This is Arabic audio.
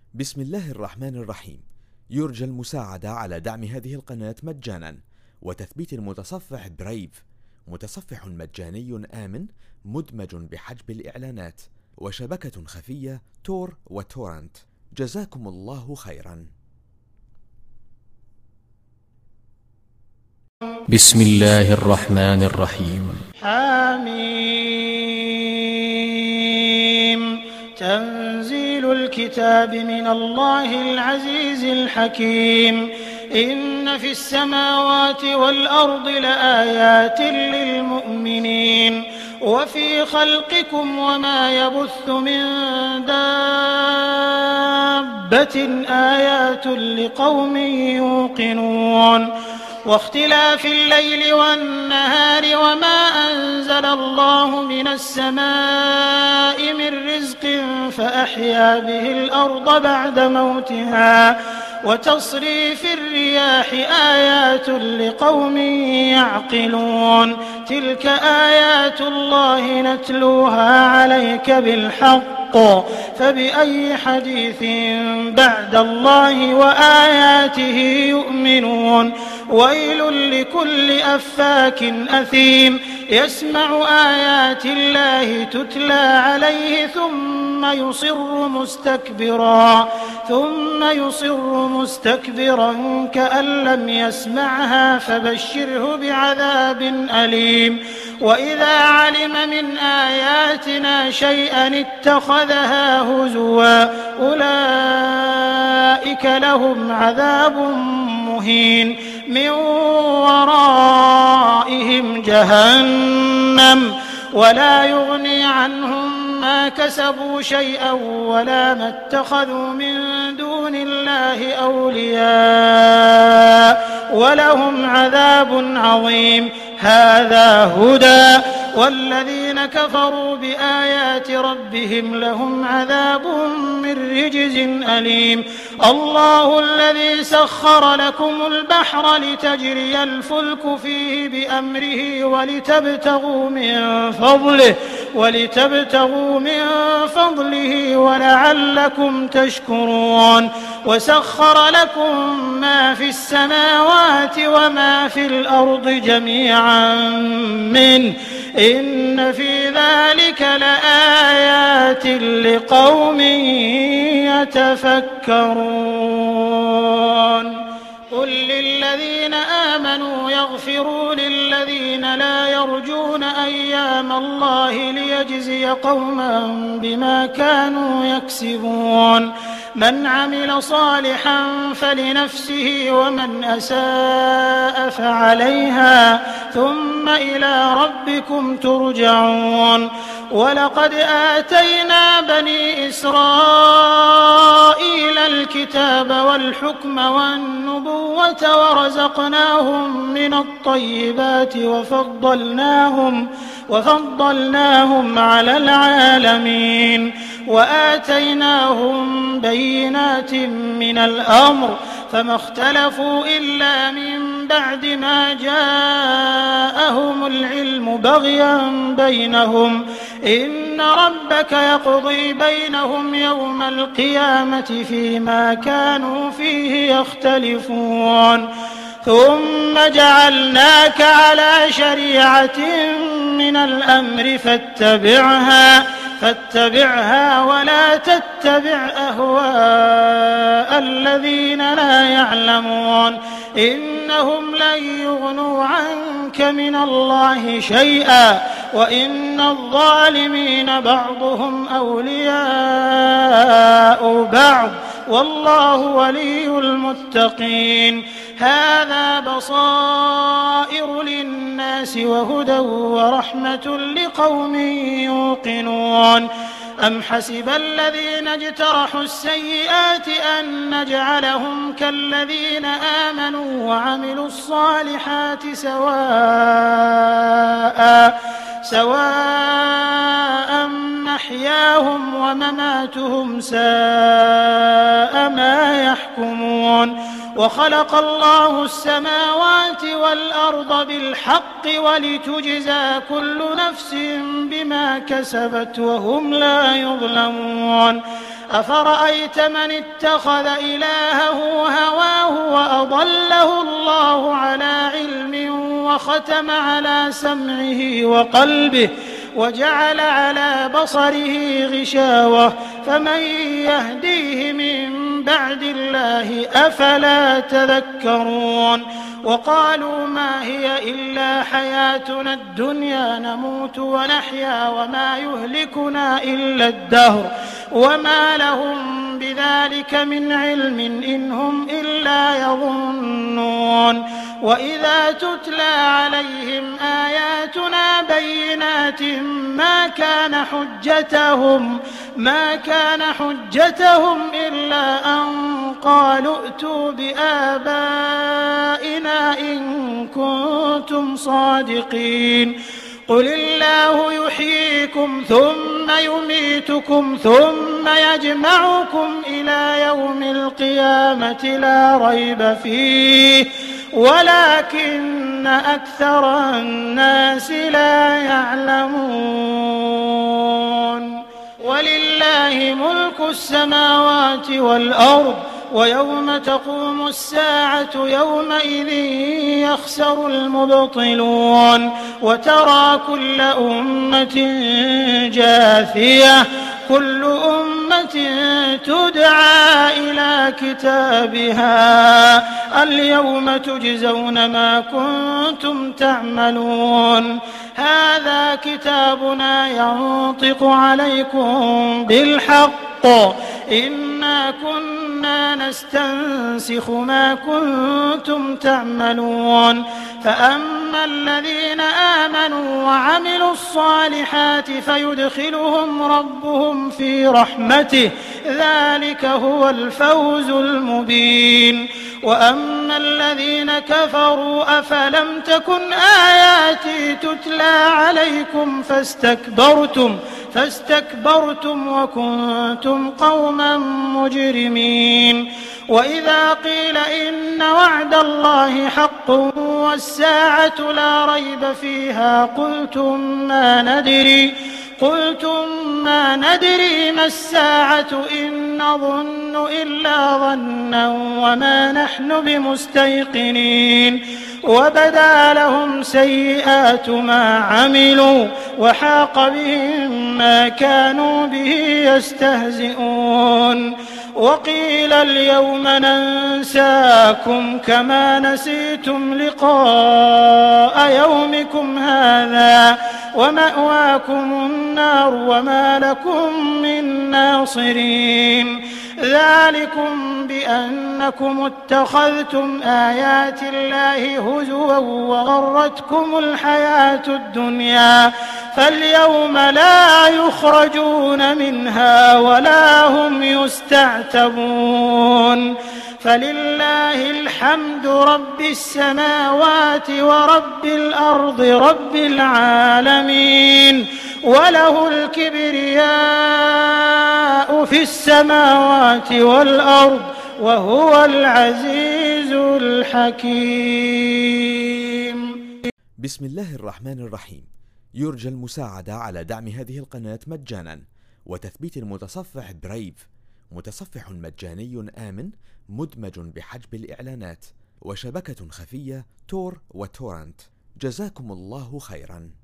بسم الله الرحمن الرحيم. يرجى المساعدة على دعم هذه القناة مجانا وتثبيت المتصفح برايف، متصفح مجاني آمن مدمج بحجب الإعلانات، وشبكة خفية تور وتورنت. جزاكم الله خيرا. بسم الله الرحمن الرحيم. حميم. تنزيل الكتاب من الله العزيز الحكيم. إن في السماوات والأرض لآيات للمؤمنين وفي خلقكم وما يبث من دابة آيات لقوم يوقنون. واختلاف الليل والنهار وما أنزل الله من السماء من رزق فأحيا به الأرض بعد موتها وتصريف الرياح آيات لقوم يعقلون. تلك آيات الله نتلوها عليك بالحق، فبأي حديث بعد الله وآياته يؤمنون. ويل لكل أفاك أثيم يسمع آيات الله تتلى عليه ثم يصر مستكبرا كأن لم يسمعها فبشره بعذاب أليم. وإذا علم من آياتنا شيئا اتخذها هزوا أولئك لهم عذاب مهين من ورائهم جهنم ولا يغني عنهم ما كسبوا شيئا ولا ما اتخذوا من دون الله أولياء ولهم عذاب عظيم. هذا هدى والذين كفروا بآيات ربهم لهم عذاب من رجز أليم. الله الذي سخر لكم البحر لتجري الفلك فيه بأمره ولتبتغوا من فضله ولعلكم تشكرون. وسخر لكم ما في السماوات وما في الأرض جميعا منه إن في ذلك لآيات لقوم يتفكرون. قل للذين آمنوا يغفروا للذين لا يرجون أيام الله ليجزي قوما بما كانوا يكسبون. من عمل صالحا فلنفسه ومن أساء فعليها ثم إلى ربكم ترجعون. ولقد آتينا بني إسرائيل الكتاب والحكم والنبوة ورزقناهم من الطيبات وفضلناهم على العالمين وآتيناهم بينات من الأمر فما اختلفوا إلا من بعد ما جاءهم العلم بغيا بينهم. إن ربك يقضي بينهم يوم القيامة فيما كانوا فيه يختلفون. ثم جعلناك على شريعة من الأمر فاتبعها ولا تتبع أهواء الذين لا يعلمون. إنهم لن يغنوا عنك من الله شيئا وإن الظالمين بعضهم أولياء بعض والله ولي المتقين. هذا بصائر للناس وهدى ورحمة لقوم يوقنون. أم حسب الذين اجترحوا السيئات أن نجعلهم كالذين آمنوا وعملوا الصالحات سواء محياهم ومماتهم ساء ما يحكمون. وخلق الله السماوات والأرض بالحق ولتجزى كل نفس بما كسبت وهم لا يظلمون. أفرأيت من اتخذ إلهه هواه وأضله الله على علم وختم على سمعه وقلبه وجعل على بصره غشاوة فمن يهديه من بعد الله أفلا تذكرون وقالوا ما هي إلا حياتنا الدنيا نموت ونحيا وما يهلكنا إلا الدهر وما لهم بذلك من علم إن هم إلا يظنون وإذا تتلى عليهم آياتنا بينات ما كان حجتهم إلا أن قالوا ائتوا بآبائنا إن كنتم صادقين قل الله يحييكم ثم يميتكم ثم يجمعكم إلى يوم القيامة لا ريب فيه ولكن أكثر الناس لا يعلمون ولله ملك السماوات والأرض ويوم تقوم الساعة يومئذ يخسر المبطلون وترى كل أمة جاثية كل أمة تدعى إلى كتابها اليوم تجزون ما كنتم تعملون هذا كتابنا ينطق عليكم بالحق إنا كنا نستنسخ ما كنتم تعملون فأما الذين آمنوا وعملوا الصالحات فيدخلهم ربهم في رحمته ذلك هو الفوز المبين وأما الذين كفروا أفلم تكن آياتي تتلى عليكم فاستكبرتم وكنتم قوما مجرمين وإذا قيل إن وعد الله حق والساعة لا ريب فيها قلتم ما ندري ما الساعة إن نظن إلا ظنا وما نحن بمستيقنين وبدا لهم سيئات ما عملوا وحاق بهم ما كانوا به يستهزئون وقيل اليوم ننساكم كما نسيتم لقاء يومكم هذا ومأواكم النار وما لكم من ناصرين ذلكم بأنكم اتخذتم آيات الله هزوا وغرتكم الحياة الدنيا فاليوم لا يخرجون منها ولا هم يستعتبون فلله الحمد رب السماوات ورب الأرض رب العالمين وله الكبرياء في السماوات والأرض وهو العزيز الحكيم. بسم الله الرحمن الرحيم. يرجى المساعدة على دعم هذه القناة مجانا وتثبيت المتصفح برايف، متصفح مجاني آمن مدمج بحجب الإعلانات، وشبكة خفية تور وتورنت. جزاكم الله خيرا.